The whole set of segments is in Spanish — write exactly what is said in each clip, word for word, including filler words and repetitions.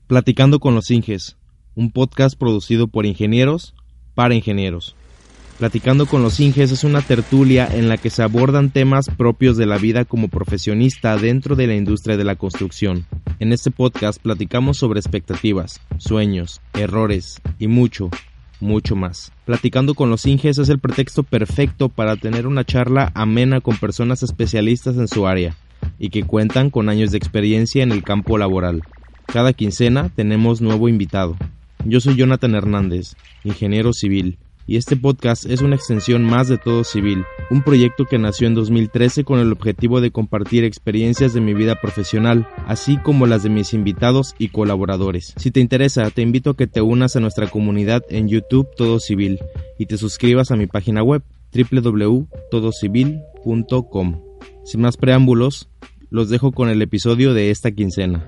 Platicando con los Inges, un podcast producido por ingenieros para ingenieros. Platicando con los Inges es una tertulia en la que se abordan temas propios de la vida como profesionista dentro de la industria de la construcción. En este podcast platicamos sobre expectativas, sueños, errores y mucho, mucho más. Platicando con los Inges es el pretexto perfecto para tener una charla amena con personas especialistas en su área y que cuentan con años de experiencia en el campo laboral. Cada quincena tenemos nuevo invitado. Yo soy Jonathan Hernández, ingeniero civil, y este podcast es una extensión más de Todo Civil, un proyecto que nació en dos mil trece con el objetivo de compartir experiencias de mi vida profesional, así como las de mis invitados y colaboradores. Si te interesa, te invito a que te unas a nuestra comunidad en YouTube Todo Civil y te suscribas a mi página web doble u doble u doble u punto todo civil punto com. Sin más preámbulos, los dejo con el episodio de esta quincena.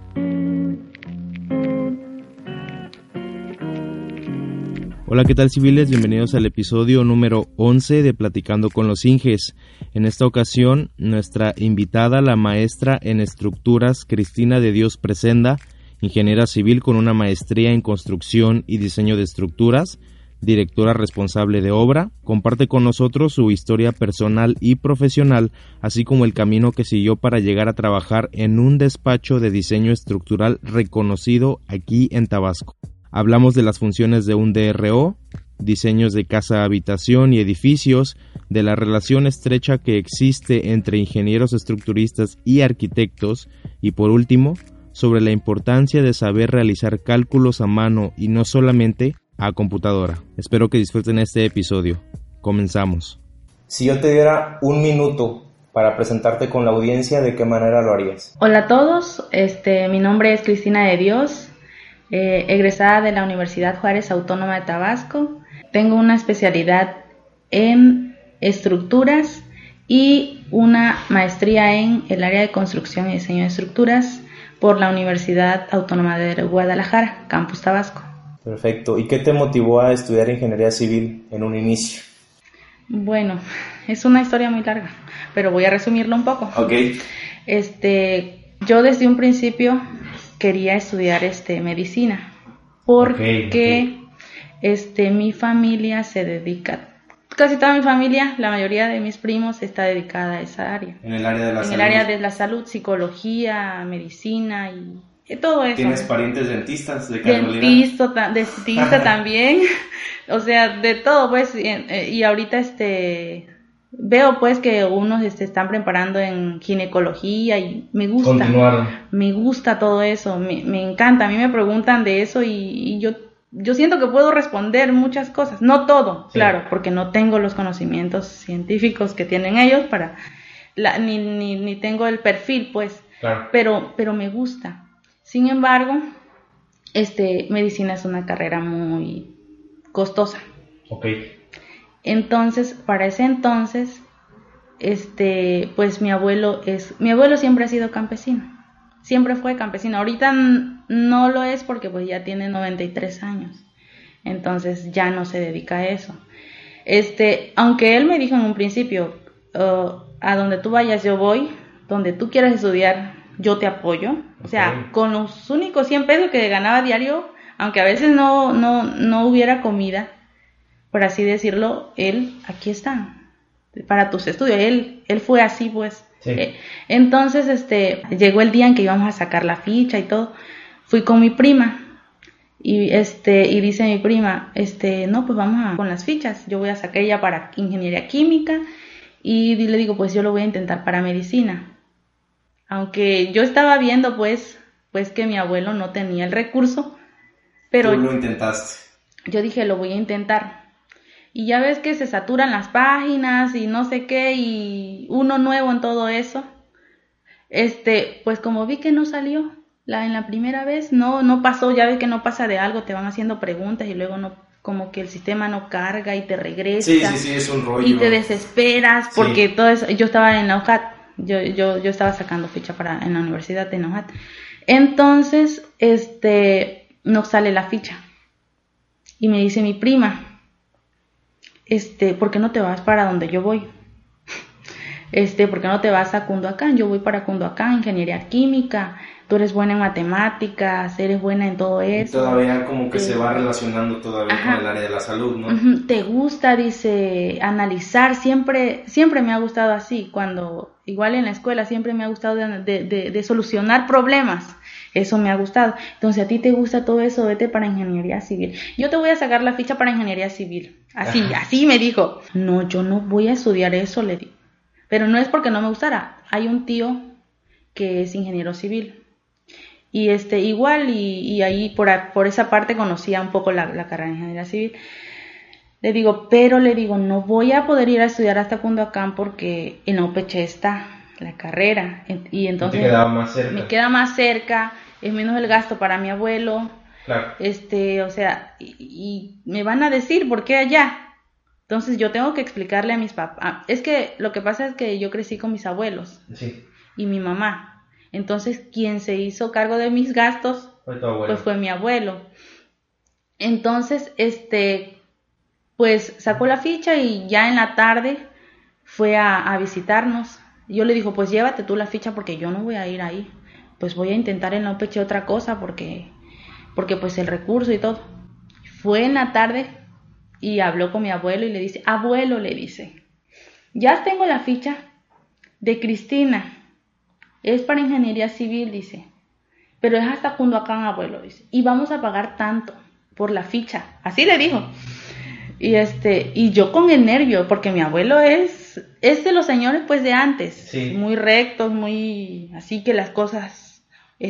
Hola, ¿qué tal, civiles? Bienvenidos al episodio número once de Platicando con los Inges. En esta ocasión, nuestra invitada, la maestra en estructuras, Cristina de Dios Presenda, ingeniera civil con una maestría en construcción y diseño de estructuras, directora responsable de obra, comparte con nosotros su historia personal y profesional, así como el camino que siguió para llegar a trabajar en un despacho de diseño estructural reconocido aquí en Tabasco. Hablamos de las funciones de un D R O, diseños de casa, habitación y edificios, de la relación estrecha que existe entre ingenieros estructuristas y arquitectos, y por último, sobre la importancia de saber realizar cálculos a mano y no solamente a computadora. Espero que disfruten este episodio. Comenzamos. Si yo te diera un minuto para presentarte con la audiencia, ¿de qué manera lo harías? Hola a todos, este, mi nombre es Cristina de Dios. Eh, egresada de la Universidad Juárez Autónoma de Tabasco. Tengo una especialidad en estructuras y una maestría en el área de construcción y diseño de estructuras por la Universidad Autónoma de Guadalajara, Campus Tabasco. Perfecto. ¿Y qué te motivó a estudiar ingeniería civil en un inicio? Bueno, es una historia muy larga, pero voy a resumirlo un poco. Ok. Este, yo desde un principio quería estudiar este medicina porque okay, okay. este mi familia se dedica, casi toda mi familia, la mayoría de mis primos está dedicada a esa área. En el área de la en salud. En el área de la salud, psicología, medicina y, y todo eso. ¿Tienes parientes dentistas de casualidad? Dentista, dentista también, o sea, de todo pues, y, y ahorita este veo pues que unos se este, están preparando en ginecología y me gusta, Continuaron. me gusta todo eso, me, me encanta, a mí me preguntan de eso y, y yo, yo siento que puedo responder muchas cosas, no todo, sí. Claro, porque no tengo los conocimientos científicos que tienen ellos para, la, ni, ni, ni tengo el perfil pues, claro. pero, pero me gusta. Sin embargo, este, medicina es una carrera muy costosa. Okay. Entonces, para ese entonces, este, pues mi abuelo es, mi abuelo siempre ha sido campesino, siempre fue campesino. Ahorita no lo es porque pues ya tiene noventa y tres años, entonces ya no se dedica a eso. Este, aunque él me dijo en un principio, uh, a donde tú vayas yo voy, donde tú quieras estudiar yo te apoyo. Okay. O sea, con los únicos cien pesos que ganaba diario, aunque a veces no, no, no hubiera comida, por así decirlo, él, aquí está, para tus estudios, él, él fue así pues. Sí. Eh, entonces, este, llegó el día en que íbamos a sacar la ficha y todo, fui con mi prima, y este, y dice mi prima, este, no, pues vamos a, con las fichas, yo voy a sacar ella para ingeniería química, y le digo, pues yo lo voy a intentar para medicina, aunque yo estaba viendo pues, pues que mi abuelo no tenía el recurso, pero... Tú lo intentaste. Yo dije, lo voy a intentar. Y ya ves que se saturan las páginas y no sé qué, y uno nuevo en todo eso. Este, pues como vi que no salió la en la primera vez, no no pasó, ya ves que no pasa de algo, te van haciendo preguntas y luego no, como que el sistema no carga y te regresa. Sí, sí, sí, es un rollo. Y te desesperas porque sí. Todo eso, yo estaba en la U J A T, yo yo yo estaba sacando ficha para en la universidad de la U J A T. Entonces, este, no sale la ficha. Y me dice mi prima, este, ¿por qué no te vas para donde yo voy? Este, ¿por qué no te vas a Cunduacán? Yo voy para Cunduacán, ingeniería química, tú eres buena en matemáticas, eres buena en todo eso. Y todavía como que te... se va relacionando todavía Ajá. con el área de la salud, ¿no? Uh-huh. Te gusta, dice, analizar, siempre, siempre me ha gustado así, cuando, igual en la escuela, siempre me ha gustado de, de, de, de solucionar problemas, eso me ha gustado. Entonces, a ti te gusta todo eso, vete para ingeniería civil. Yo te voy a sacar la ficha para ingeniería civil, así, Ajá. así me dijo. No, yo no voy a estudiar eso, le digo. Pero no es porque no me gustara, hay un tío que es ingeniero civil. Y este igual, y, y ahí por, por esa parte conocía un poco la, la carrera de ingeniería civil. Le digo, pero le digo, no voy a poder ir a estudiar hasta Cunduacán porque en la U P H está la carrera. Y entonces te quedaba más cerca. Me queda más cerca, es menos el gasto para mi abuelo. Claro. Este, o sea, y, y me van a decir, ¿por qué allá? Entonces yo tengo que explicarle a mis papás. Es que lo que pasa es que yo crecí con mis abuelos. Sí. Y mi mamá. Entonces, quien se hizo cargo de mis gastos, fue tu abuelo. Pues fue mi abuelo. Entonces, este, pues sacó la ficha y ya en la tarde fue a, a visitarnos. Yo le digo, pues llévate tú la ficha porque yo no voy a ir ahí. Pues voy a intentar en la U P H otra cosa porque, porque pues el recurso y todo. Fue en la tarde y habló con mi abuelo y le dice, abuelo, le dice, ya tengo la ficha de Cristina. Es para ingeniería civil, dice, pero es hasta Cunduacán, abuelo, dice, y vamos a pagar tanto por la ficha, así le dijo. Y este, y yo con el nervio, porque mi abuelo es, es de los señores pues de antes, sí. Muy rectos, muy, así que las cosas,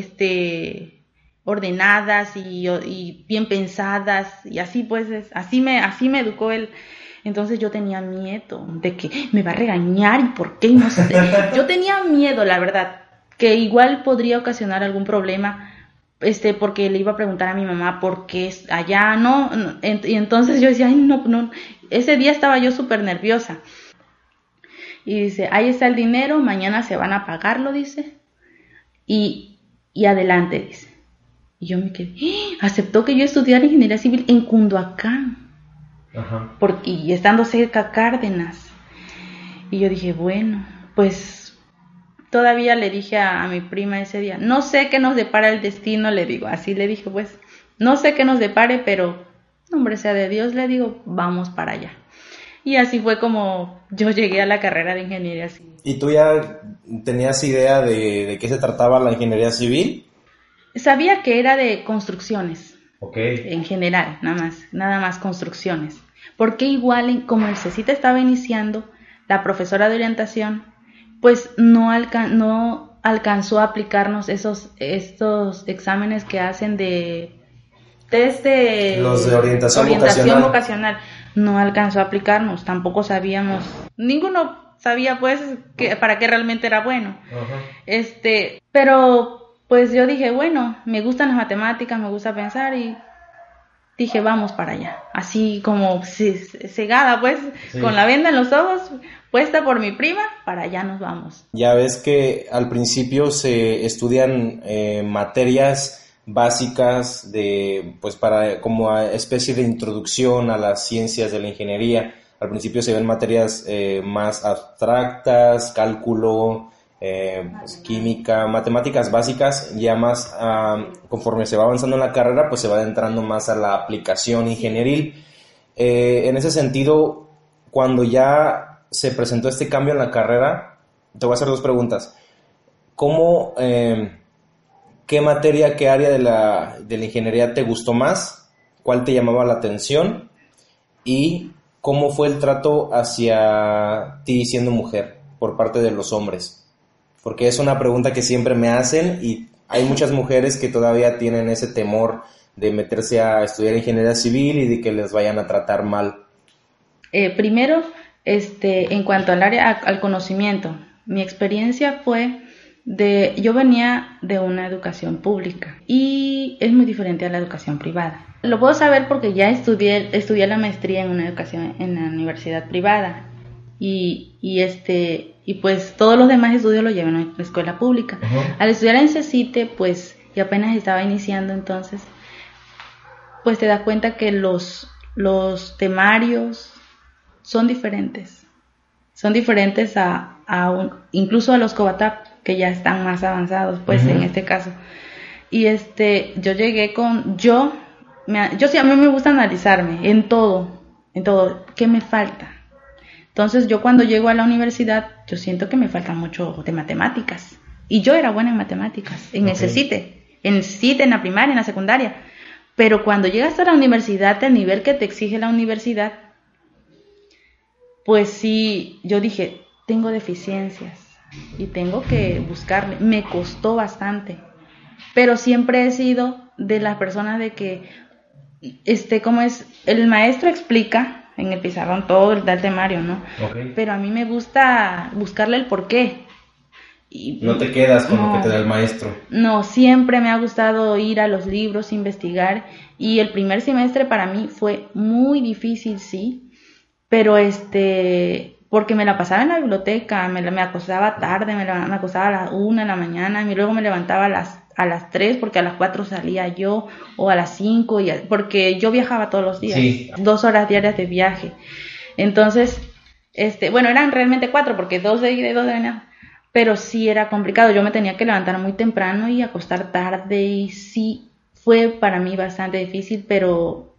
este, ordenadas y, y bien pensadas, y así pues, es, así me, así me educó él. Entonces yo tenía miedo de que me va a regañar y por qué, no sé. Yo tenía miedo, la verdad, que igual podría ocasionar algún problema, este, porque le iba a preguntar a mi mamá por qué es allá, ¿no? Y entonces yo decía, ay, no, no. Ese día estaba yo súper nerviosa. Y dice, ahí está el dinero, mañana se van a pagarlo, dice. Y, y adelante, dice. Y yo me quedé, ¡ah! Aceptó que yo estudiara ingeniería civil en Cunduacán. Ajá. Porque, y estando cerca Cárdenas. Y yo dije, bueno, pues todavía le dije a, a mi prima ese día, no sé qué nos depara el destino, le digo, así le dije, pues, no sé qué nos depare, pero, nombre sea de Dios, le digo, vamos para allá. Y así fue como yo llegué a la carrera de ingeniería civil. ¿Y tú ya tenías idea de, de qué se trataba la ingeniería civil? Sabía que era de construcciones. Okay. En general, nada más, nada más construcciones. Porque igual, en, como el CECITA estaba iniciando, la profesora de orientación, pues no, alca- no alcanzó a aplicarnos esos estos exámenes que hacen de test de, Los de orientación, orientación vocacional. vocacional. No alcanzó a aplicarnos, tampoco sabíamos, ninguno sabía pues que, para qué realmente era bueno. Uh-huh. Este, pero pues yo dije, bueno, me gustan las matemáticas, me gusta pensar y dije, vamos para allá. Así como sí, cegada, pues, sí. Con la venda en los ojos, puesta por mi prima, para allá nos vamos. Ya ves que al principio se estudian eh, materias básicas de, pues, para como especie de introducción a las ciencias de la ingeniería. Al principio se ven materias eh, más abstractas, cálculo, Eh, pues, química, matemáticas básicas, ya más uh, conforme se va avanzando en la carrera, pues se va adentrando más a la aplicación ingenieril. Eh, en ese sentido, cuando ya se presentó este cambio en la carrera, te voy a hacer dos preguntas. ¿Cómo, eh, qué materia, qué área de la, de la ingeniería te gustó más? ¿Cuál te llamaba la atención? ¿Y cómo fue el trato hacia ti siendo mujer por parte de los hombres? Porque es una pregunta que siempre me hacen y hay muchas mujeres que todavía tienen ese temor de meterse a estudiar ingeniería civil y de que les vayan a tratar mal. Eh, primero, este, en cuanto al área, al conocimiento, mi experiencia fue de, yo venía de una educación pública y es muy diferente a la educación privada. Lo puedo saber porque ya estudié, estudié la maestría en una educación en la universidad privada y, y este... y pues todos los demás estudios los llevé en la escuela pública. Uh-huh. Al estudiar en CECITE, pues, y apenas estaba iniciando entonces, pues te das cuenta que los, los temarios son diferentes. Son diferentes a, a un, incluso a los Covatap, que ya están más avanzados, pues, uh-huh. en este caso. Y este, yo llegué con, yo, me, yo sí, a mí me gusta analizarme en todo, en todo, ¿qué me falta? Entonces, yo cuando llego a la universidad, yo siento que me falta mucho de matemáticas. Y yo era buena en matemáticas, en okay. el CECITE, en el CECITE, en la primaria, en la secundaria. Pero cuando llegas a la universidad, el nivel que te exige la universidad, pues sí, yo dije, tengo deficiencias y tengo que buscarle. Me costó bastante, pero siempre he sido de las personas de que, este, como es, el maestro explica en el pizarrón todo el temario, ¿no? Okay. Pero a mí me gusta buscarle el porqué. Y, no te quedas con no, lo que te da el maestro. No, siempre me ha gustado ir a los libros, investigar, y el primer semestre para mí fue muy difícil, sí, pero este, porque me la pasaba en la biblioteca, me, me acostaba tarde, me, me acostaba a las una de la mañana, y luego me levantaba a las, a las tres, porque a las cuatro salía yo, o a las cinco, y, porque yo viajaba todos los días, sí. dos horas diarias de viaje. Entonces, este, bueno, eran realmente cuatro, porque dos de ida y dos de venida. Pero sí era complicado, yo me tenía que levantar muy temprano y acostar tarde, y sí fue para mí bastante difícil, pero,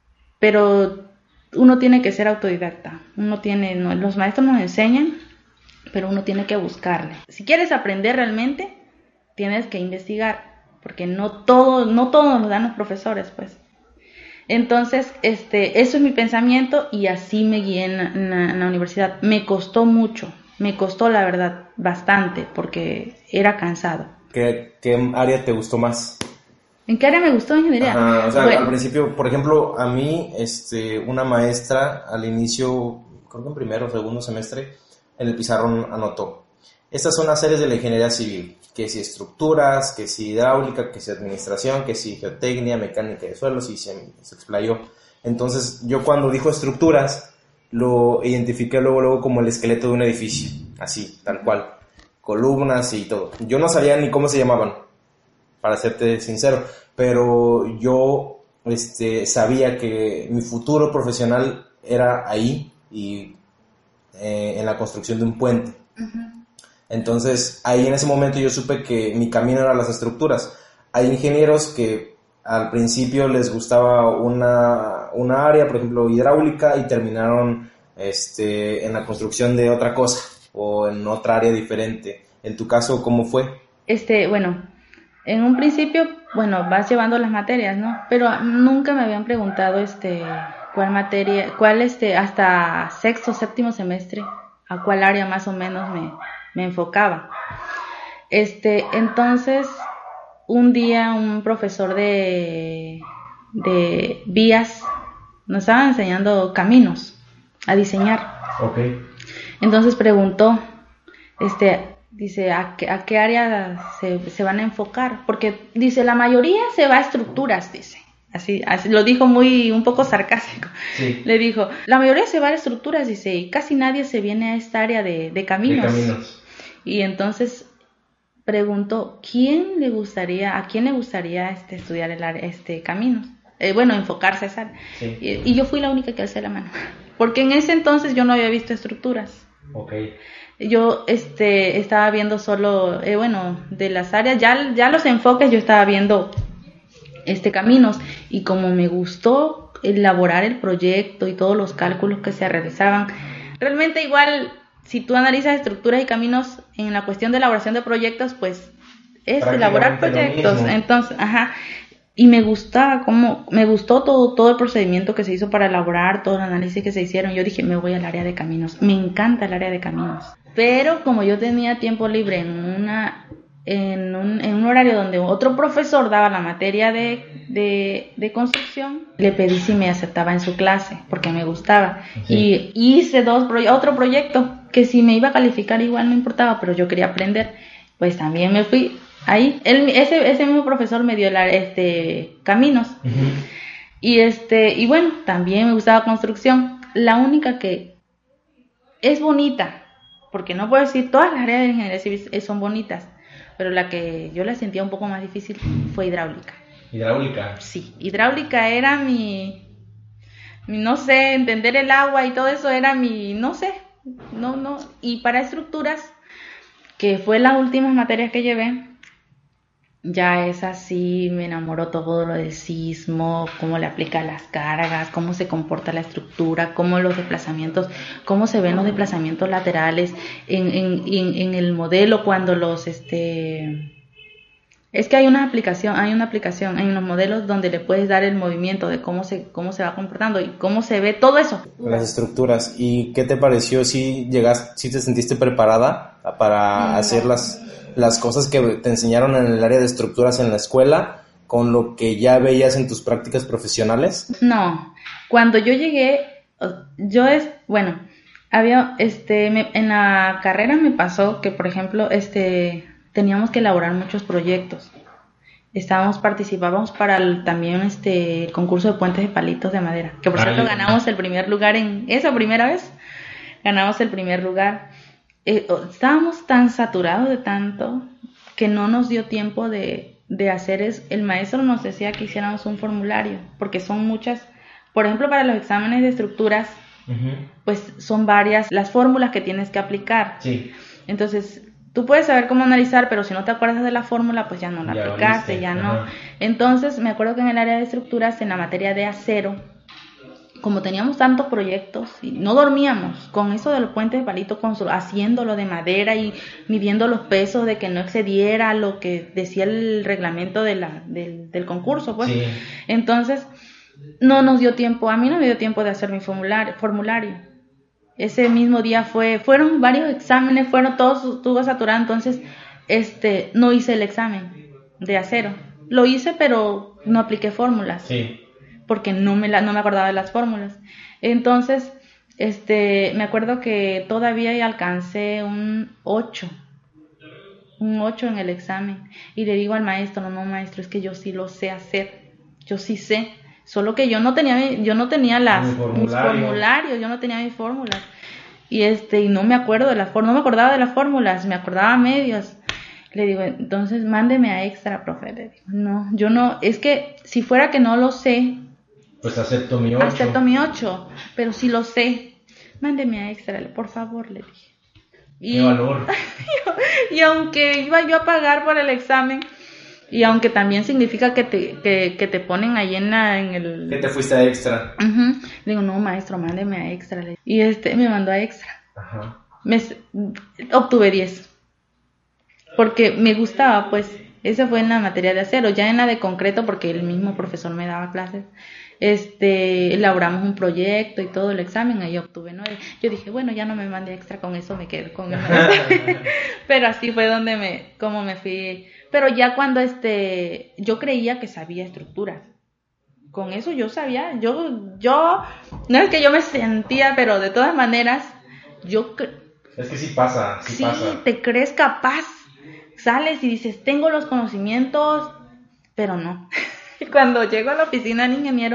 pero uno tiene que ser autodidacta, uno tiene, no, los maestros nos enseñan, pero uno tiene que buscarle. Si quieres aprender realmente, tienes que investigar, porque no todo, no todo nos dan los profesores, pues. Entonces, este, eso es mi pensamiento, y así me guié en la, en la, en la universidad. Me costó mucho. Me costó, la verdad, bastante, porque era cansado. ¿Qué, qué área te gustó más? ¿En qué área me gustó ingeniería? Ajá, o sea, bueno. al principio, por ejemplo, a mí, este, una maestra al inicio, creo que en primero o segundo semestre, en el pizarrón anotó: estas son las áreas de la ingeniería civil, que si estructuras, que si hidráulica, que si administración, que si geotecnia, mecánica de suelos, y se, se explayó. Entonces, yo cuando dijo estructuras, lo identifiqué luego, luego como el esqueleto de un edificio, así, tal cual, columnas y todo. Yo no sabía ni cómo se llamaban, para serte sincero, pero yo este, sabía que mi futuro profesional era ahí, y eh, en la construcción de un puente. Uh-huh. Entonces, ahí en ese momento yo supe que mi camino era las estructuras. Hay ingenieros que al principio les gustaba una, una área, por ejemplo, hidráulica, y terminaron este, en la construcción de otra cosa o en otra área diferente. En tu caso, ¿cómo fue? Este, bueno, en un principio, bueno, vas llevando las materias, ¿no? Pero nunca me habían preguntado este, cuál materia, cuál este, hasta sexto, séptimo semestre, a cuál área más o menos me, me enfocaba. Este, entonces, un día un profesor de, de vías nos estaba enseñando caminos a diseñar. Okay. Entonces preguntó, este, dice, ¿a qué, a qué área se, se van a enfocar? Porque dice, la mayoría se va a estructuras, dice. Así, así lo dijo muy, un poco sarcástico. Sí. Le dijo, la mayoría se va a estructuras, dice, y casi nadie se viene a esta área de, de caminos. De caminos. Y entonces preguntó, ¿quién le gustaría, a quién le gustaría este, estudiar el área, este, caminos? Eh, bueno, enfocarse a esa área. Sí. Y, y yo fui la única que alcé la mano. Porque en ese entonces yo no había visto estructuras. Okay. Yo este, estaba viendo solo, eh, bueno, de las áreas, ya, ya los enfoques yo estaba viendo este, caminos. Y como me gustó elaborar el proyecto y todos los cálculos que se realizaban, realmente igual, si tú analizas estructuras y caminos en la cuestión de elaboración de proyectos, pues es elaborar proyectos. Entonces, ajá. Y me gustaba como, me gustó todo, todo el procedimiento que se hizo para elaborar, todo el análisis que se hicieron. Yo dije, me voy al área de caminos. Me encanta el área de caminos. Pero como yo tenía tiempo libre en una, en un, en un horario donde otro profesor daba la materia de, de, de construcción, le pedí si me aceptaba en su clase, porque me gustaba. Sí. Y hice dos proye- otro proyecto, que si me iba a calificar igual no importaba, pero yo quería aprender. Pues también me fui. Ahí, él, ese, ese mismo profesor me dio la, este, caminos. Uh-huh. Y este, y bueno, también me gustaba construcción. La única que es bonita, porque no puedo decir todas las áreas de ingeniería civil son bonitas, pero la que yo la sentía un poco más difícil fue hidráulica. ¿Hidráulica? Sí, hidráulica era mi, mi, no sé, entender el agua y todo eso era mi, no sé, no, no. Y para estructuras, que fue las últimas materias que llevé, ya es así, me enamoró todo lo del sismo, cómo le aplica las cargas, cómo se comporta la estructura, cómo los desplazamientos, cómo se ven los desplazamientos laterales en, en, en, en el modelo cuando los, este, es que hay una aplicación, hay una aplicación, hay unos modelos donde le puedes dar el movimiento de cómo se, cómo se va comportando y cómo se ve todo eso. Las estructuras. ¿Y qué te pareció? ¿Si llegaste, si te sentiste preparada para no. hacer las las cosas que te enseñaron en el área de estructuras en la escuela con lo que ya veías en tus prácticas profesionales? No, cuando yo llegué, yo es, bueno, había, este, me, en la carrera me pasó que, por ejemplo, este, teníamos que elaborar muchos proyectos. Estábamos, participábamos para el, también este, el concurso de puentes de palitos de madera, que por Ay, cierto ganamos el primer lugar en esa primera vez, ganamos el primer lugar. Eh, estábamos tan saturados de tanto que no nos dio tiempo de, de hacer es, el maestro nos decía que hiciéramos un formulario, porque son muchas, por ejemplo para los exámenes de estructuras, uh-huh. pues son varias las fórmulas que tienes que aplicar. Sí. Entonces, tú puedes saber cómo analizar, pero si no te acuerdas de la fórmula, pues ya no la ya aplicaste, ya no. Uh-huh. Entonces, me acuerdo que en el área de estructuras, en la materia de acero, como teníamos tantos proyectos y no dormíamos con eso de los puentes de palito, haciéndolo de madera y midiendo los pesos de que no excediera lo que decía el reglamento de la, del, del concurso, pues. Sí. Entonces, no nos dio tiempo, a mí no me dio tiempo de hacer mi formulario. formulario. Ese mismo día fue, fueron varios exámenes, fueron todos, estuvo saturado, entonces, este, no hice el examen de acero. Lo hice, pero no apliqué fórmulas. Sí. Porque no me, la, no me acordaba de las fórmulas. Entonces, este, me acuerdo que todavía alcancé un ocho, un ocho en el examen, y le digo al maestro, no, no maestro, es que yo sí lo sé hacer, yo sí sé, solo que yo no tenía, yo no tenía las, formulario. mis formularios, yo no tenía mis fórmulas, y este, y no me acuerdo de las fórmulas, no me acordaba de las fórmulas, me acordaba a medias. Le digo, entonces mándeme a extra, profe. Le digo, no, yo no, es que si fuera que no lo sé, pues acepto mi ocho. Acepto mi ocho, pero si lo sé, mándeme a extra, por favor, le dije. Y, ¡qué valor! y aunque iba yo a pagar por el examen, y aunque también significa que te, que, que te ponen ahí en, la, en el... Que te fuiste a extra. Uh-huh. Le digo, no, maestro, mándeme a extra. Le digo. Y este me mandó a extra. Ajá. Me, obtuve diez. Porque me gustaba, pues, esa fue en la materia de acero, ya en la de concreto, porque el mismo profesor me daba clases, este, elaboramos un proyecto y todo el examen, ahí obtuve nueve. Yo dije, bueno, ya no me mandé extra, con eso me quedo con el pero así fue donde me, como me fui, pero ya cuando este, yo creía que sabía estructuras, con eso yo sabía, yo, yo, no es que yo me sentía, pero de todas maneras, yo... Es que sí pasa, sí, sí pasa. Te crees capaz. Sales y dices, tengo los conocimientos, pero no. Cuando llego a la oficina del ingeniero,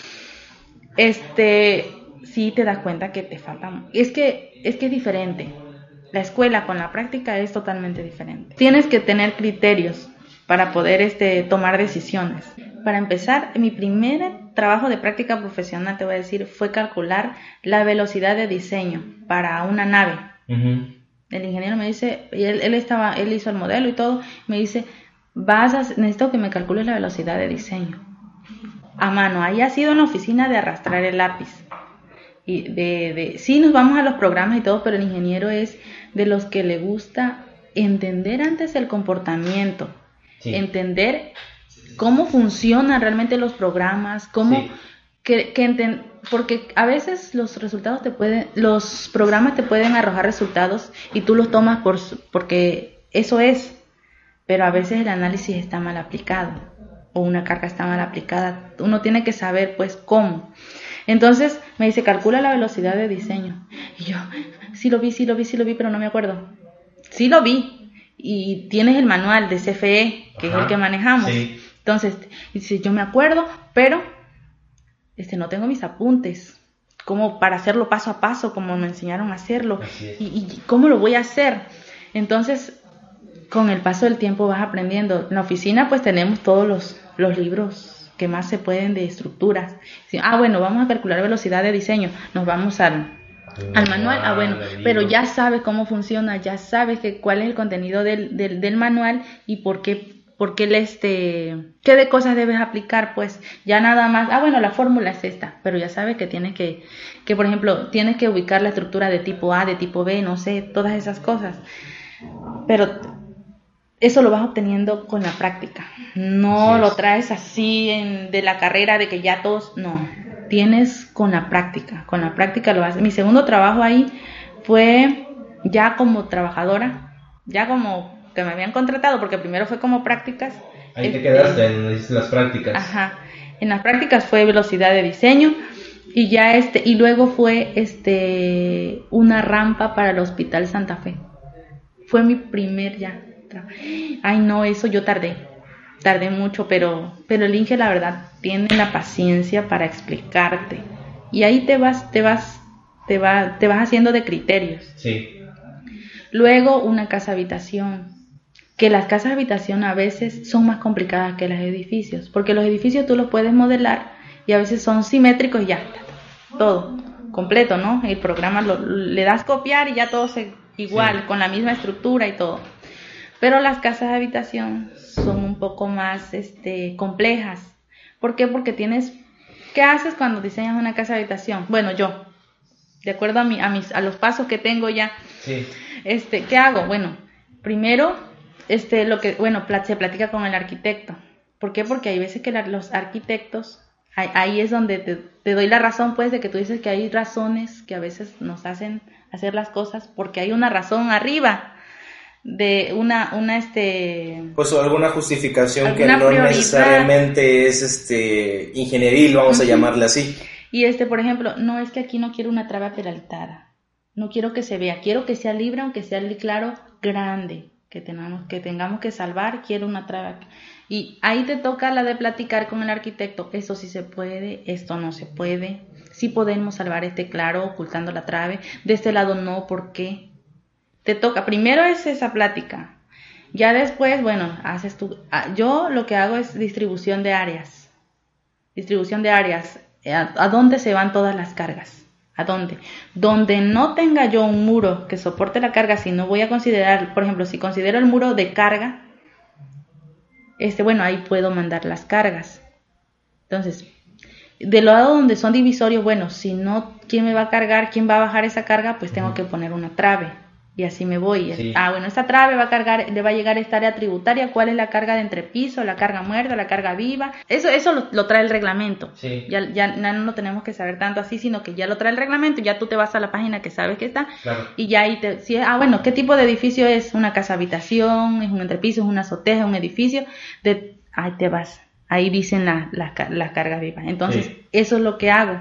este, sí te das cuenta que te falta. Es que, es que es diferente. La escuela con la práctica es totalmente diferente. Tienes que tener criterios para poder este, tomar decisiones. Para empezar, mi primer trabajo de práctica profesional, te voy a decir, fue calcular la velocidad de diseño para una nave. Uh-huh. El ingeniero me dice, y él, él estaba, él hizo el modelo y todo, me dice, vas a, necesito que me calcules la velocidad de diseño. A mano, ahí ha sido en la oficina de arrastrar el lápiz. Y de, de, sí, nos vamos a los programas y todo, pero el ingeniero es de los que le gusta entender antes el comportamiento, sí. Entender cómo funcionan realmente los programas, cómo... Sí. Que, que enten, porque a veces los resultados te pueden, los programas te pueden arrojar resultados y tú los tomas por porque eso es, pero a veces el análisis está mal aplicado o una carga está mal aplicada. Uno tiene que saber pues cómo. Entonces me dice, calcula la velocidad de diseño. Y yo, sí lo vi, sí lo vi, sí lo vi, pero no me acuerdo. Sí lo vi. Y tienes el manual de C F E, que Ajá, es el que manejamos. Sí. Entonces, dice, yo me acuerdo, pero este no tengo mis apuntes. Como para hacerlo paso a paso, como me enseñaron a hacerlo. Y, y cómo lo voy a hacer. Entonces, con el paso del tiempo vas aprendiendo. En la oficina pues tenemos todos los, los libros que más se pueden de estructuras. Ah, bueno, vamos a calcular velocidad de diseño. Nos vamos al, al manual, ah bueno, pero ya sabes cómo funciona, ya sabes que cuál es el contenido del, del, del manual y por qué, por qué, le este, qué de cosas debes aplicar, pues ya nada más, ah bueno, la fórmula es esta, pero ya sabes que tienes que, que por ejemplo, tienes que ubicar la estructura de tipo A, de tipo B, no sé, todas esas cosas, pero eso lo vas obteniendo con la práctica, no lo traes así en, de la carrera de que ya todos, no. Tienes con la práctica, con la práctica lo haces. Mi segundo trabajo ahí fue ya como trabajadora, ya como que me habían contratado, porque primero fue como prácticas. Ahí te este, quedaste en las prácticas. Ajá, en las prácticas fue velocidad de diseño y ya este y luego fue este una rampa para el Hospital Santa Fe. Fue mi primer ya trabajo. Ay no, eso yo tardé. Tardé mucho, pero, pero el Inge la verdad tiene la paciencia para explicarte. Y ahí te vas, te vas, te va, te vas haciendo de criterios. Sí. Luego una casa habitación. Que las casas habitación a veces son más complicadas que los edificios. Porque los edificios tú los puedes modelar y a veces son simétricos y ya. Todo. Completo, ¿no? El programa lo, le das copiar y ya todo se igual, sí. Con la misma estructura y todo. Pero las casas de habitación son un poco más este, complejas. ¿Por qué? Porque tienes... ¿Qué haces cuando diseñas una casa de habitación? Bueno, yo, de acuerdo a, mi, a, mis, a los pasos que tengo ya, sí. este, ¿qué hago? Bueno, primero, este, lo que, bueno, se platica con el arquitecto. ¿Por qué? Porque hay veces que la, los arquitectos, ahí, ahí es donde te, te doy la razón, pues, de que tú dices que hay razones que a veces nos hacen hacer las cosas porque hay una razón arriba. De una, una este pues alguna justificación alguna que no prioridad. Necesariamente es este ingenieril, vamos uh-huh. a llamarle así. Y este, por ejemplo, no es que aquí no quiero una traba peraltada, no quiero que se vea, quiero que sea libre, aunque sea claro, grande, que tengamos, que tengamos que salvar, quiero una traba. Y ahí te toca la de platicar con el arquitecto, eso sí se puede, esto no se puede, sí podemos salvar este claro ocultando la trave, de este lado no, ¿por qué? Te toca, primero es esa plática, ya después, bueno, haces tú, yo lo que hago es distribución de áreas, distribución de áreas, ¿a, a dónde se van todas las cargas? ¿A dónde? Donde no tenga yo un muro que soporte la carga, si no voy a considerar, por ejemplo, si considero el muro de carga, este, bueno, ahí puedo mandar las cargas. Entonces, del lado donde son divisorios, bueno, si no, ¿quién me va a cargar? ¿Quién va a bajar esa carga? Pues tengo que poner una trave. Y así me voy. Sí. Ah, bueno, esta trave va a cargar, le va a llegar esta área tributaria. ¿Cuál es la carga de entrepiso, la carga muerta, la carga viva? Eso eso lo, lo trae el reglamento. Sí. Ya, ya no lo tenemos que saber tanto así, sino que ya lo trae el reglamento. Ya tú te vas a la página que sabes que está. Claro. Y ya ahí te... Si, ah, bueno, ¿qué tipo de edificio es? ¿Una casa habitación? ¿Es un entrepiso? ¿Es una azotea? ¿Es un edificio? De, ahí te vas. Ahí dicen las la, la, la cargas vivas. Entonces, sí. Eso es lo que hago.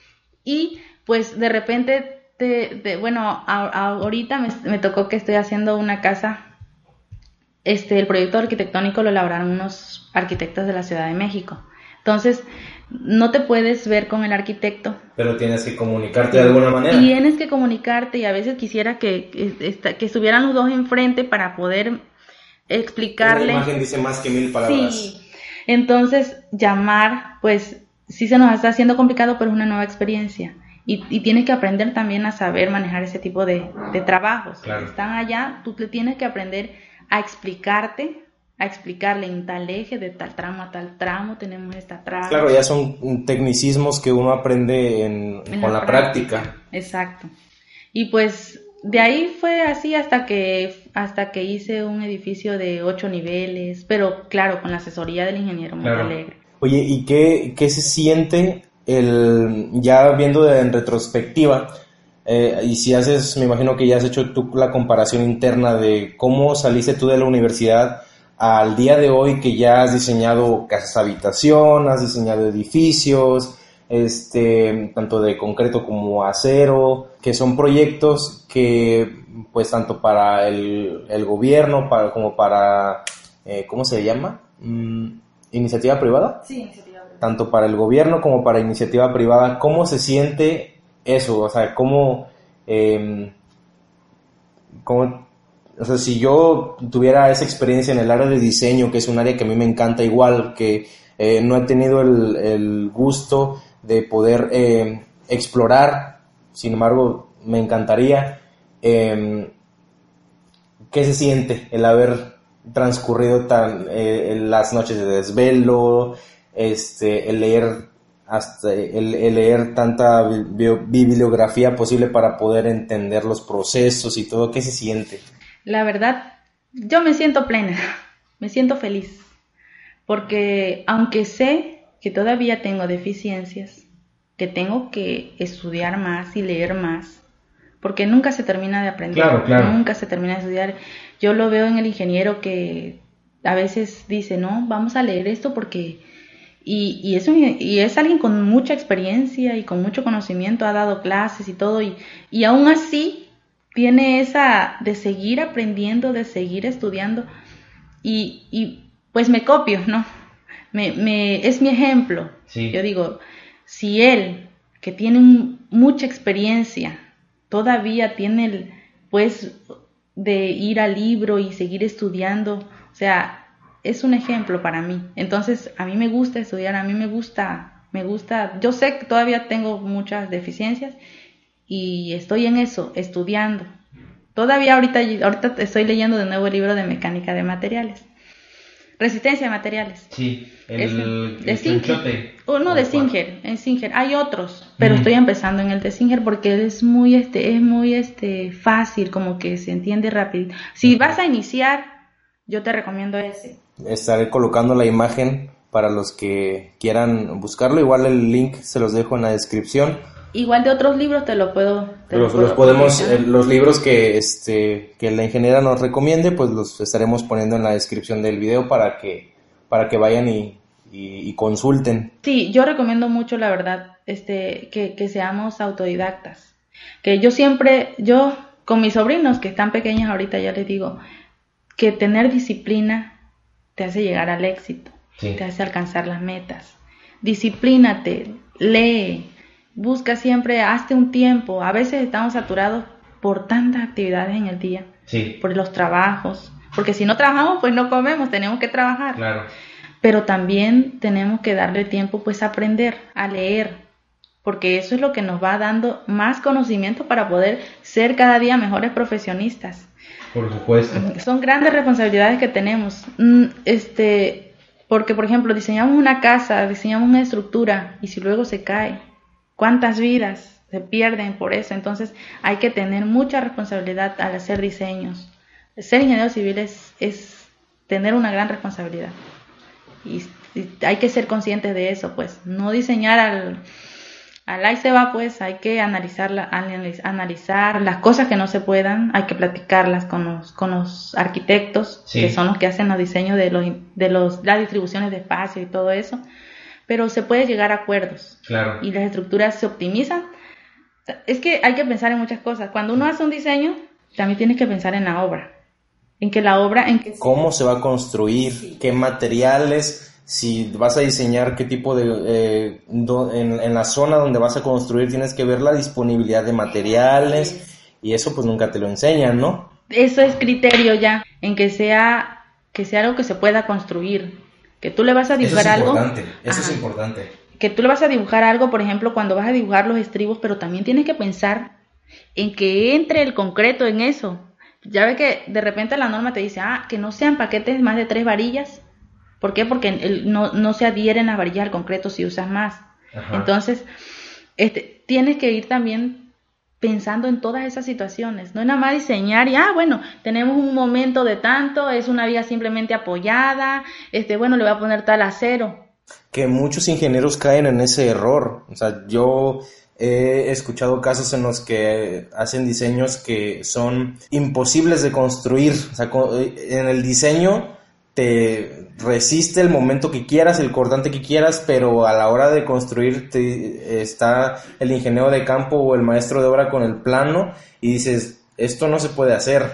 Y pues de repente... De, de, bueno, a, a, ahorita me, me tocó que estoy haciendo una casa, este, el proyecto arquitectónico lo elaboraron unos arquitectos de la Ciudad de México, entonces no te puedes ver con el arquitecto. Pero tienes que comunicarte de alguna manera. Tienes que comunicarte y a veces quisiera que, que, que estuvieran los dos enfrente para poder explicarle. Una imagen dice más que mil palabras. Sí, entonces llamar, pues sí se nos está haciendo complicado, pero es una nueva experiencia. Y, y tienes que aprender también a saber manejar ese tipo de, de trabajos. Claro. Están allá, tú le tienes que aprender a explicarte, a explicarle en tal eje, de tal tramo a tal tramo, tenemos esta trama. Claro, ya son tecnicismos que uno aprende en, en con la, la práctica. práctica. Exacto. Y pues de ahí fue así hasta que, hasta que hice un edificio de ocho niveles, pero claro, con la asesoría del ingeniero Montalegre. Claro. Oye, ¿y qué, qué se siente el ya viendo de, en retrospectiva, eh, y si haces, me imagino que ya has hecho tú la comparación interna de cómo saliste tú de la universidad al día de hoy, que ya has diseñado casas habitación, has diseñado edificios, este, tanto de concreto como acero, que son proyectos que pues tanto para el, el gobierno para, como para, eh, ¿cómo se llama? Mm, ¿iniciativa privada? Sí, iniciativa. Tanto para el gobierno como para iniciativa privada, ¿cómo se siente eso? O sea, ¿cómo, eh, cómo, o sea, si yo tuviera esa experiencia en el área de diseño, que es un área que a mí me encanta igual, que eh, no he tenido el, el gusto de poder eh, explorar, sin embargo, me encantaría. Eh, ¿Qué se siente el haber transcurrido tan, eh, las noches de desvelo, este, el leer hasta el, el leer tanta bi- bibliografía posible para poder entender los procesos y todo? ¿Qué se siente? La verdad, yo me siento plena, me siento feliz, porque aunque sé que todavía tengo deficiencias, que tengo que estudiar más y leer más, porque nunca se termina de aprender, claro, claro. nunca se termina de estudiar. Yo lo veo en el ingeniero que a veces dice, no, vamos a leer esto porque... Y, y, es un, y es alguien con mucha experiencia y con mucho conocimiento, ha dado clases y todo, y, y aún así tiene esa de seguir aprendiendo, de seguir estudiando, y, y pues me copio, ¿no? Me, me, es mi ejemplo. Sí. Yo digo, si él, que tiene un, mucha experiencia, todavía tiene el, pues, de ir al libro y seguir estudiando, o sea, es un ejemplo para mí. Entonces, a mí me gusta estudiar, a mí me gusta, me gusta, yo sé que todavía tengo muchas deficiencias y estoy en eso, estudiando. Todavía ahorita, ahorita estoy leyendo de nuevo el libro de mecánica de materiales. Resistencia de materiales. Sí, el, es, el de Singer. Uno de Singer, en Singer. Hay otros, pero mm. estoy empezando en el de Singer porque es muy este es muy este fácil, como que se entiende rápido. Si vas a iniciar, yo te recomiendo ese. Estaré colocando la imagen para los que quieran buscarlo. Igual el link se los dejo en la descripción. Igual de otros libros te lo puedo... Te los, lo puedo los podemos, eh, los libros que este que la ingeniera nos recomiende, pues los estaremos poniendo en la descripción del video para que para que vayan y, y, y consulten. Sí, yo recomiendo mucho, la verdad, este que, que seamos autodidactas. Que yo siempre, yo con mis sobrinos que están pequeños ahorita, ya les digo que tener disciplina te hace llegar al éxito, sí. Te hace alcanzar las metas. Disciplínate, lee. Busca siempre, hazte un tiempo. A veces estamos saturados por tantas actividades en el día, sí. Por los trabajos, porque si no trabajamos, pues no comemos, tenemos que trabajar. Claro. Pero también tenemos que darle tiempo, pues, a aprender, a leer, porque eso es lo que nos va dando más conocimiento para poder ser cada día mejores profesionistas. Por supuesto. Son grandes responsabilidades que tenemos. Este, porque, por ejemplo, diseñamos una casa, diseñamos una estructura, y si luego se cae, ¿cuántas vidas se pierden por eso? Entonces hay que tener mucha responsabilidad al hacer diseños. Ser ingeniero civil es, es tener una gran responsabilidad. Y, y hay que ser conscientes de eso, pues. No diseñar al, al ahí se va, pues. Hay que analizar, la, analizar las cosas que no se puedan. Hay que platicarlas con los, con los arquitectos, sí. Que son los que hacen los diseños de, los, de los, las distribuciones de espacio y todo eso. Pero se puede llegar a acuerdos. Claro. Y las estructuras se optimizan. Es que hay que pensar en muchas cosas. Cuando uno hace un diseño, también tienes que pensar en la obra. En que la obra... en que ¿Cómo se va a construir? Sí. ¿Qué materiales? Si vas a diseñar, qué tipo de... Eh, do, en, en la zona donde vas a construir tienes que ver la disponibilidad de materiales. Sí. Y eso pues nunca te lo enseñan, ¿no? Eso es criterio ya. En que sea, que sea algo que se pueda construir. Que tú le vas a dibujar algo. Eso es importante, eso es importante. Que tú le vas a dibujar algo, por ejemplo, cuando vas a dibujar los estribos, pero también tienes que pensar en que entre el concreto en eso. Ya ves que de repente la norma te dice, ah, que no sean paquetes más de tres varillas. ¿Por qué? Porque el, no, no se adhieren las varillas al concreto si usas más. Ajá. Entonces, este, tienes que ir también pensando en todas esas situaciones. No es nada más diseñar y, ah, bueno, tenemos un momento de tanto, es una viga simplemente apoyada, este, bueno, le voy a poner tal acero. Que muchos ingenieros caen en ese error. O sea, yo he escuchado casos en los que hacen diseños que son imposibles de construir. O sea, en el diseño te resiste el momento que quieras, el cortante que quieras, pero a la hora de construir te, está el ingeniero de campo o el maestro de obra con el plano y dices, esto no se puede hacer.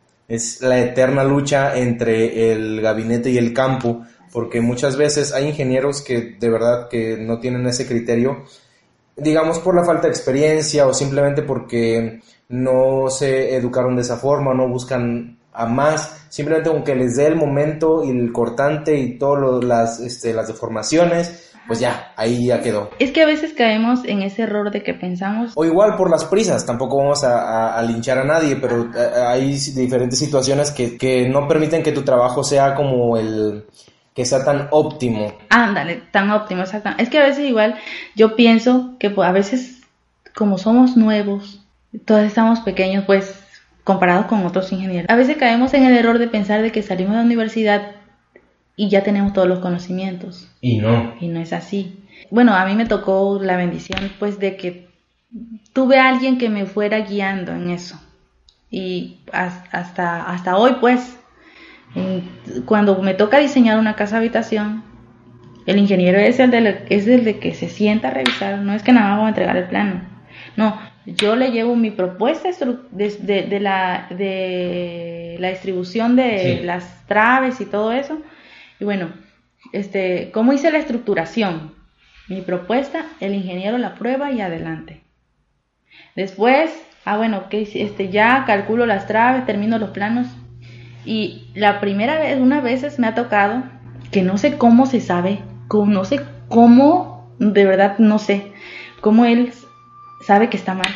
Es la eterna lucha entre el gabinete y el campo, porque muchas veces hay ingenieros que de verdad que no tienen ese criterio, digamos por la falta de experiencia o simplemente porque no se educaron de esa forma, no buscan a más, simplemente aunque les dé el momento y el cortante y todas las, este, las deformaciones, pues ya, ahí ya quedó. Es que a veces caemos en ese error de que pensamos... O igual por las prisas, tampoco vamos a, a, a linchar a nadie, pero hay diferentes situaciones que, que no permiten que tu trabajo sea como el... que sea tan óptimo. Ándale, tan óptimo, exacto. Es que a veces igual yo pienso que pues, a veces como somos nuevos, todos estamos pequeños, pues comparados con otros ingenieros, a veces caemos en el error de pensar de que salimos de la universidad y ya tenemos todos los conocimientos. Y no. Y no es así. Bueno, a mí me tocó la bendición pues de que tuve a alguien que me fuera guiando en eso. Y hasta, hasta hoy pues, cuando me toca diseñar una casa habitación, el ingeniero es el, de, es el de que se sienta a revisar, no es que nada más voy a entregar el plano. No, yo le llevo mi propuesta de, de, de, la, de la distribución de sí. las traves y todo eso. Y bueno, este, ¿cómo hice la estructuración? Mi propuesta, el ingeniero la prueba y adelante. Después, ah bueno, que este, ya calculo las traves, termino los planos. Y la primera vez, unas veces me ha tocado que no sé cómo se sabe, cómo, no sé cómo, de verdad no sé, cómo él sabe que está mal.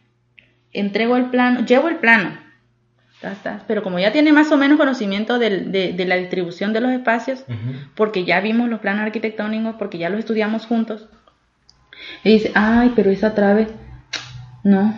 Entrego el plano, llevo el plano. Pero como ya tiene más o menos conocimiento de, de, de la distribución de los espacios, uh-huh. porque ya vimos los planos arquitectónicos, porque ya los estudiamos juntos, y dice, ay, pero esa trave, no,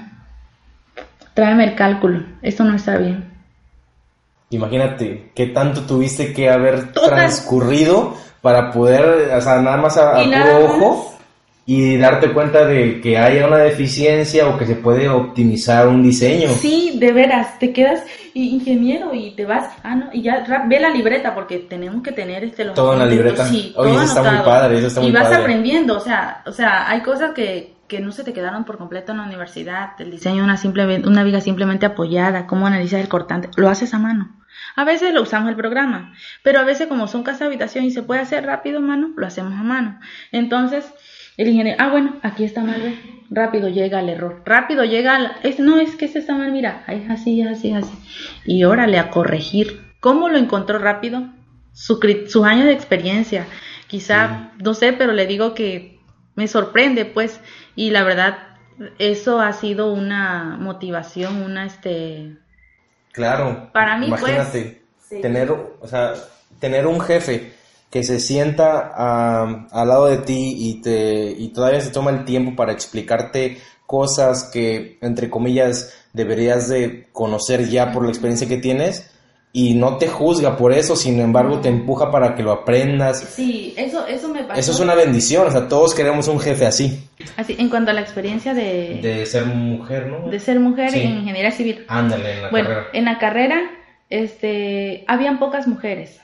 tráeme el cálculo, esto no está bien. Imagínate qué tanto tuviste que haber Total. transcurrido para poder, o sea, nada más a, a puro ojo y darte cuenta de que haya una deficiencia o que se puede optimizar un diseño. Sí, de veras, te quedas ingeniero y te vas, ah no, y ya rap, ve la libreta porque tenemos que tener este los todo en la libreta. Sí, oye, eso está muy padre, eso está muy padre. Y vas padre. aprendiendo, o sea, o sea, hay cosas que que no se te quedaron por completo en la universidad, el diseño de una simple una viga simplemente apoyada, cómo analizar el cortante, lo haces a mano. A veces lo usamos el programa, pero a veces como son casa habitación y se puede hacer rápido a mano, lo hacemos a mano. Entonces, el ingeniero, ah bueno, aquí está mal, ¿ve? Rápido llega el error, rápido llega, al, es, no, es que este está mal, mira, es así, así, así. Y órale, a corregir. ¿Cómo lo encontró rápido? Su, sus años de experiencia, quizá, sí. no sé, pero le digo que me sorprende, pues, y la verdad, eso ha sido una motivación, una, este... Claro, para mí, imagínate, pues, sí. tener, o sea, tener un jefe que se sienta uh, al lado de ti y te y todavía se toma el tiempo para explicarte cosas que, entre comillas, deberías de conocer ya por la experiencia que tienes, y no te juzga por eso, sin embargo te empuja para que lo aprendas. Sí, eso eso me pasó. Eso es una bendición, o sea, todos queremos un jefe así. Así, en cuanto a la experiencia de... De ser mujer, ¿no? De ser mujer sí. en ingeniería civil. Ándale, en la bueno, carrera. en la carrera, este, habían pocas mujeres.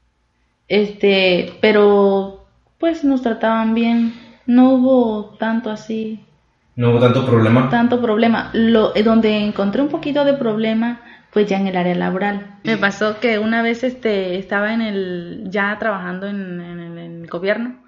Este, pero, pues nos trataban bien, no hubo tanto así... No hubo tanto problema. Tanto problema. Lo, donde encontré un poquito de problema... pues ya en el área laboral. Me pasó que una vez este estaba en el ya trabajando en, en, en el gobierno,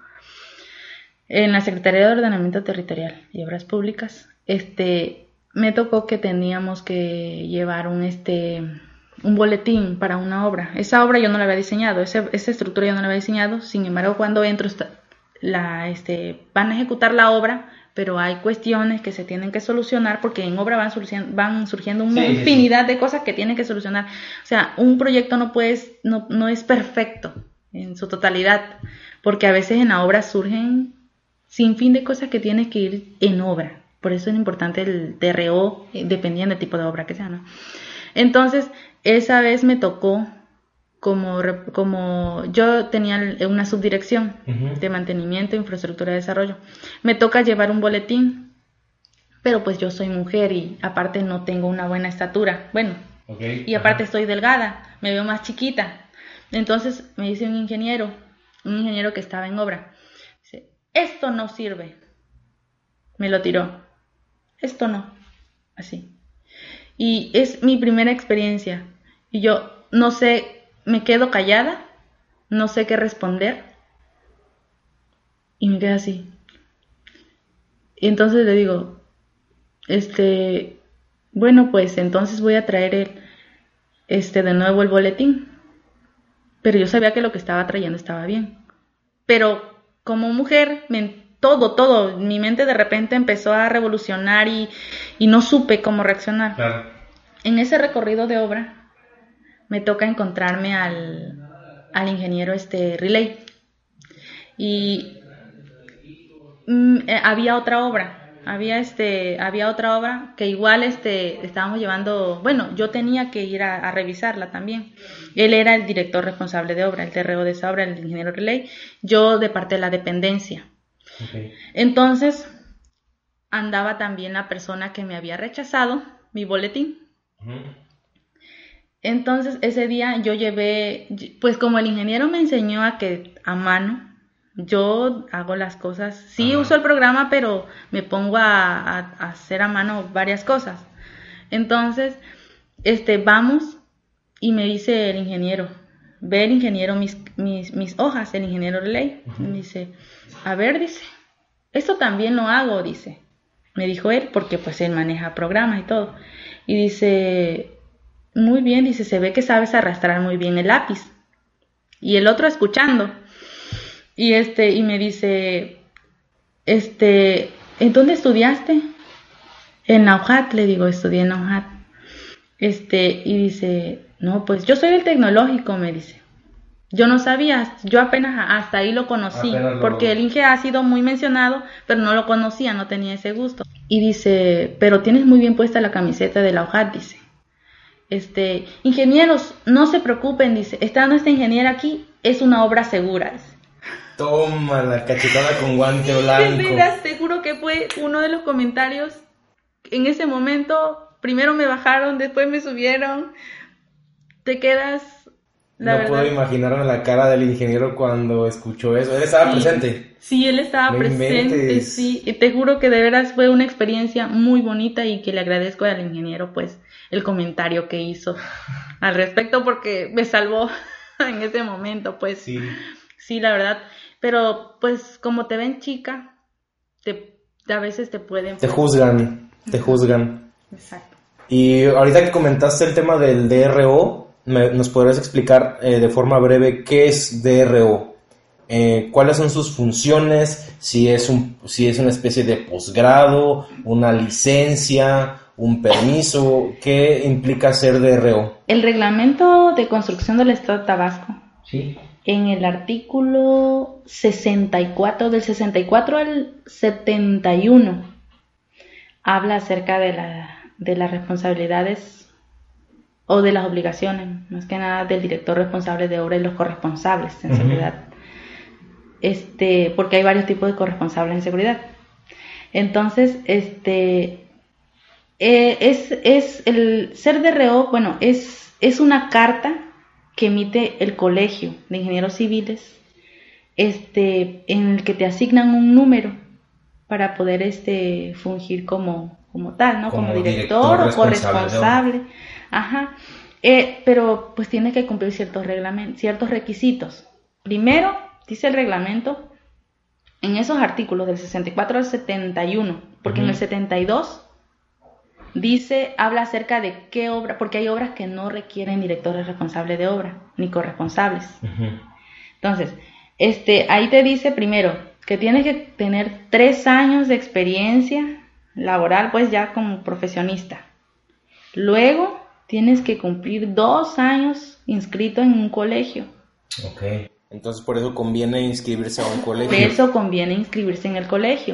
en la Secretaría de Ordenamiento Territorial y Obras Públicas. Este me tocó que teníamos que llevar un este un boletín para una obra. Esa obra yo no la había diseñado, esa, esa estructura yo no la había diseñado. Sin embargo, cuando entro la este van a ejecutar la obra, pero hay cuestiones que se tienen que solucionar porque en obra van surgiendo, van surgiendo una sí, infinidad sí. de cosas que tienen que solucionar. O sea, un proyecto no puedes, no, no es perfecto en su totalidad, porque a veces en la obra surgen sin fin de cosas que tienes que ir en obra. Por eso es importante el D R O, dependiendo del tipo de obra que sea, ¿no? Entonces, esa vez me tocó, como, como yo tenía una subdirección uh-huh. de mantenimiento, infraestructura de desarrollo, me toca llevar un boletín, pero pues yo soy mujer y aparte no tengo una buena estatura, bueno, okay. y aparte uh-huh. estoy delgada, me veo más chiquita. Entonces me dice un ingeniero, un ingeniero que estaba en obra, dice, esto no sirve, me lo tiró, esto no, así. Y es mi primera experiencia y yo no sé, me quedo callada, no sé qué responder y me quedo así. Y entonces le digo, este, bueno, pues entonces voy a traer el, este, de nuevo el boletín. Pero yo sabía que lo que estaba trayendo estaba bien. Pero como mujer, me, todo, todo, mi mente de repente empezó a revolucionar y, y no supe cómo reaccionar. Claro. En ese recorrido de obra me toca encontrarme al, al ingeniero este Relay y mm, eh, había otra obra. Había este, había otra obra que igual este, estábamos llevando, bueno, yo tenía que ir a, a revisarla también. Él era el director responsable de obra, el T R O de esa obra, el ingeniero Relay, yo de parte de la dependencia. Okay. Entonces, andaba también la persona que me había rechazado mi boletín. Uh-huh. Entonces, ese día yo llevé, pues como el ingeniero me enseñó a que a mano, yo hago las cosas, sí, ajá, uso el programa, pero me pongo a, a, a hacer a mano varias cosas. Entonces, este, vamos y me dice el ingeniero, ve el ingeniero mis, mis, mis hojas, el ingeniero Relay, uh-huh, me dice, a ver, dice, esto también lo hago, dice, me dijo él, porque pues él maneja programas y todo, y dice, muy bien, dice, se ve que sabes arrastrar muy bien el lápiz, y el otro escuchando. Y este, y me dice, este, ¿en dónde estudiaste? En Nauhat, le digo, estudié en Nauhat. Este, y dice, no, pues yo soy del tecnológico, me dice. Yo no sabía, yo apenas hasta ahí lo conocí, lo... porque el Inge ha sido muy mencionado, pero no lo conocía, no tenía ese gusto. Y dice, pero tienes muy bien puesta la camiseta de Nauhat, dice. Este, ingenieros, no se preocupen, dice, estando esta ingeniera aquí, es una obra segura, dice. Toma la cachetada con guante blanco. De veras, te juro que fue uno de los comentarios. En ese momento, primero me bajaron, después me subieron. Te quedas. La no verdad, puedo imaginarme la cara del ingeniero cuando escuchó eso. Él estaba sí, presente. Sí, él estaba no presente. Inventes. Sí, y te juro que de veras fue una experiencia muy bonita y que le agradezco al ingeniero, pues, el comentario que hizo al respecto, porque me salvó en ese momento, pues. Sí. Sí, la verdad. Pero, pues, como te ven chica, te, a veces te pueden... Te juzgan, te juzgan. Exacto. Y ahorita que comentaste el tema del D R O, me, ¿nos podrías explicar eh, de forma breve qué es D R O? Eh, ¿Cuáles son sus funciones? Si es, un, si es una especie de posgrado, una licencia, un permiso, ¿qué implica ser D R O? El reglamento de construcción del Estado de Tabasco. Sí. En el artículo sesenta y cuatro, del sesenta y cuatro al setenta y uno, habla acerca de, la, de las responsabilidades o de las obligaciones, más que nada del director responsable de obra y los corresponsables en uh-huh. seguridad. Este, porque hay varios tipos de corresponsables en seguridad. Entonces, este, eh, es, es el ser D R O, bueno, es, es una carta que emite el Colegio de Ingenieros Civiles, este, en el que te asignan un número para poder este, fungir como, como tal, ¿no? Como, como director, director o corresponsable. Ajá. Eh, pero pues tienes que cumplir ciertos reglamentos, ciertos requisitos. Primero, dice el reglamento, en esos artículos del sesenta y cuatro al setenta y uno, porque uh-huh. en el setenta y dos dice, habla acerca de qué obra, porque hay obras que no requieren directores responsables de obra, ni corresponsables. Uh-huh. Entonces, este, ahí te dice primero que tienes que tener tres años de experiencia laboral, pues ya como profesionista. Luego, tienes que cumplir dos años inscrito en un colegio. Ok. Entonces, por eso conviene inscribirse a un colegio. Por eso conviene inscribirse en el colegio.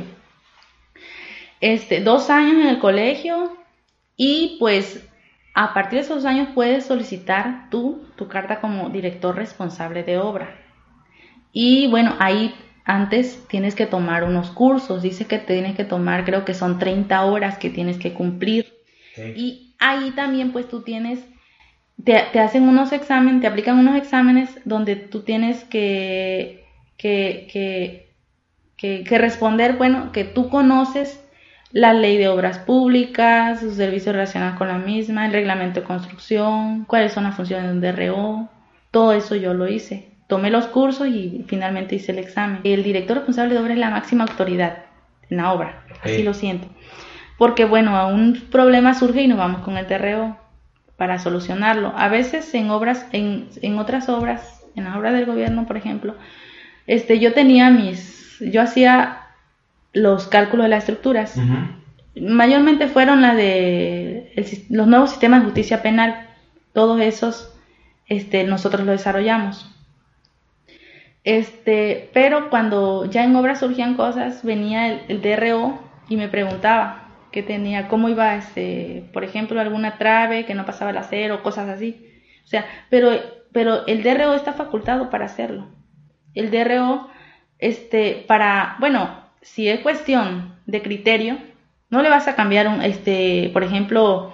Este, dos años en el colegio. Y pues a partir de esos años puedes solicitar tú tu carta como director responsable de obra. Y bueno, ahí antes tienes que tomar unos cursos. Dice que tienes que tomar, creo que son treinta horas que tienes que cumplir. Okay. Y ahí también pues tú tienes, te, te hacen unos exámenes, te aplican unos exámenes donde tú tienes que, que, que, que, que responder, bueno, que tú conoces la ley de obras públicas, sus servicios relacionados con la misma, el reglamento de construcción, cuáles son las funciones de un D R O, todo eso yo lo hice. Tomé los cursos y finalmente hice el examen. El director responsable de obra es la máxima autoridad en la obra, okay. Así lo siento. Porque bueno, un problema surge y nos vamos con el D R O para solucionarlo. A veces en obras, en, en otras obras, en las obras del gobierno, por ejemplo, este, yo tenía mis, yo hacía los cálculos de las estructuras. Uh-huh. Mayormente fueron las de el, los nuevos sistemas de justicia penal. Todos esos, este, nosotros los desarrollamos. Este, pero cuando ya en obra surgían cosas, venía el, el D R O y me preguntaba qué tenía, cómo iba, este, por ejemplo, alguna trave que no pasaba el acero, cosas así. O sea, pero, pero el D R O está facultado para hacerlo. El D R O, este, para, bueno, si es cuestión de criterio, no le vas a cambiar un, este, por ejemplo,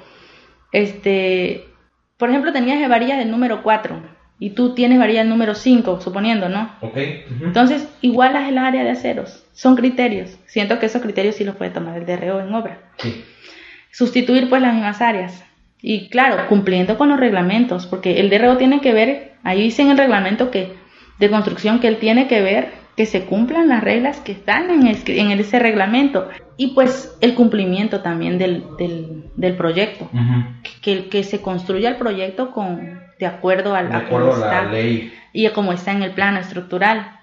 este, por ejemplo, tenías varillas del número cuatro. Y tú tienes varilla del número cinco, suponiendo, ¿no? Okay. Uh-huh. Entonces, igualas el área de aceros. Son criterios. Siento que esos criterios sí los puede tomar el D R O en obra. Sí. Sustituir, pues, las mismas áreas. Y, claro, cumpliendo con los reglamentos. Porque el D R O tiene que ver, ahí dice en el reglamento que de construcción, que él tiene que ver que se cumplan las reglas que están en, el, en ese reglamento. Y, pues, el cumplimiento también del, del, del proyecto. Uh-huh. Que, que se construya el proyecto con... de acuerdo, al, de acuerdo a la está, ley y a como está en el plano estructural,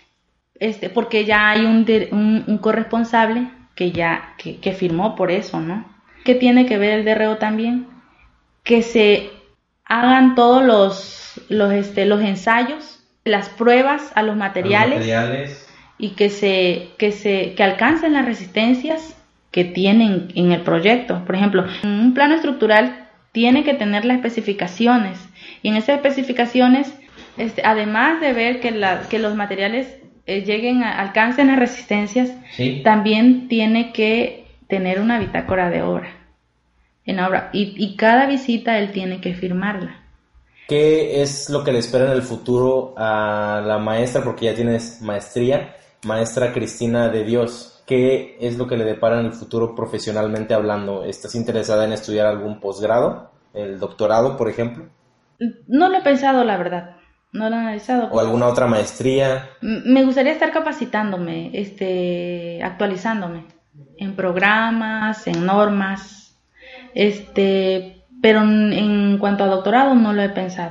este, porque ya hay un, un, un corresponsable que ya que, que firmó por eso, ¿no? ¿Qué tiene que ver el D R O también? Que se hagan todos los los este los ensayos, las pruebas a los materiales, a los materiales. y que se que se que alcancen las resistencias que tienen en el proyecto. Por ejemplo, un plano estructural tiene que tener las especificaciones, y en esas especificaciones, este, además de ver que, la, que los materiales eh, lleguen a, alcancen las resistencias, sí. También tiene que tener una bitácora de obra, en obra y, y cada visita él tiene que firmarla. ¿Qué es lo que le espera en el futuro a la maestra, porque ya tienes maestría, maestra Cristina de Dios? ¿Qué es lo que le depara en el futuro profesionalmente hablando? ¿Estás interesada en estudiar algún posgrado? ¿El doctorado, por ejemplo? No lo he pensado, la verdad. No lo he analizado. ¿O alguna otra maestría? Me gustaría estar capacitándome, este, actualizándome en programas, en normas, este, pero en, en cuanto a doctorado no lo he pensado.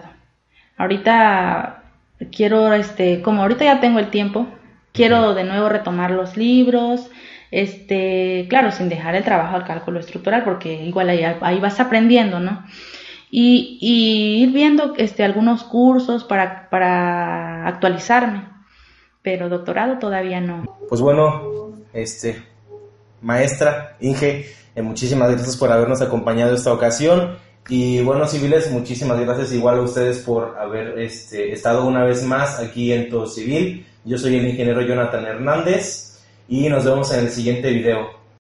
Ahorita quiero, este, como ahorita ya tengo el tiempo, quiero de nuevo retomar los libros, este, claro, sin dejar el trabajo al cálculo estructural, porque igual ahí, ahí vas aprendiendo, ¿no? Y, y ir viendo este, algunos cursos para, para actualizarme, pero doctorado todavía no. Pues bueno, este, maestra Inge, eh, muchísimas gracias por habernos acompañado esta ocasión. Y bueno, civiles, muchísimas gracias igual a ustedes por haber este, estado una vez más aquí en Todo Civil. Yo soy el ingeniero Jonathan Hernández y nos vemos en el siguiente video.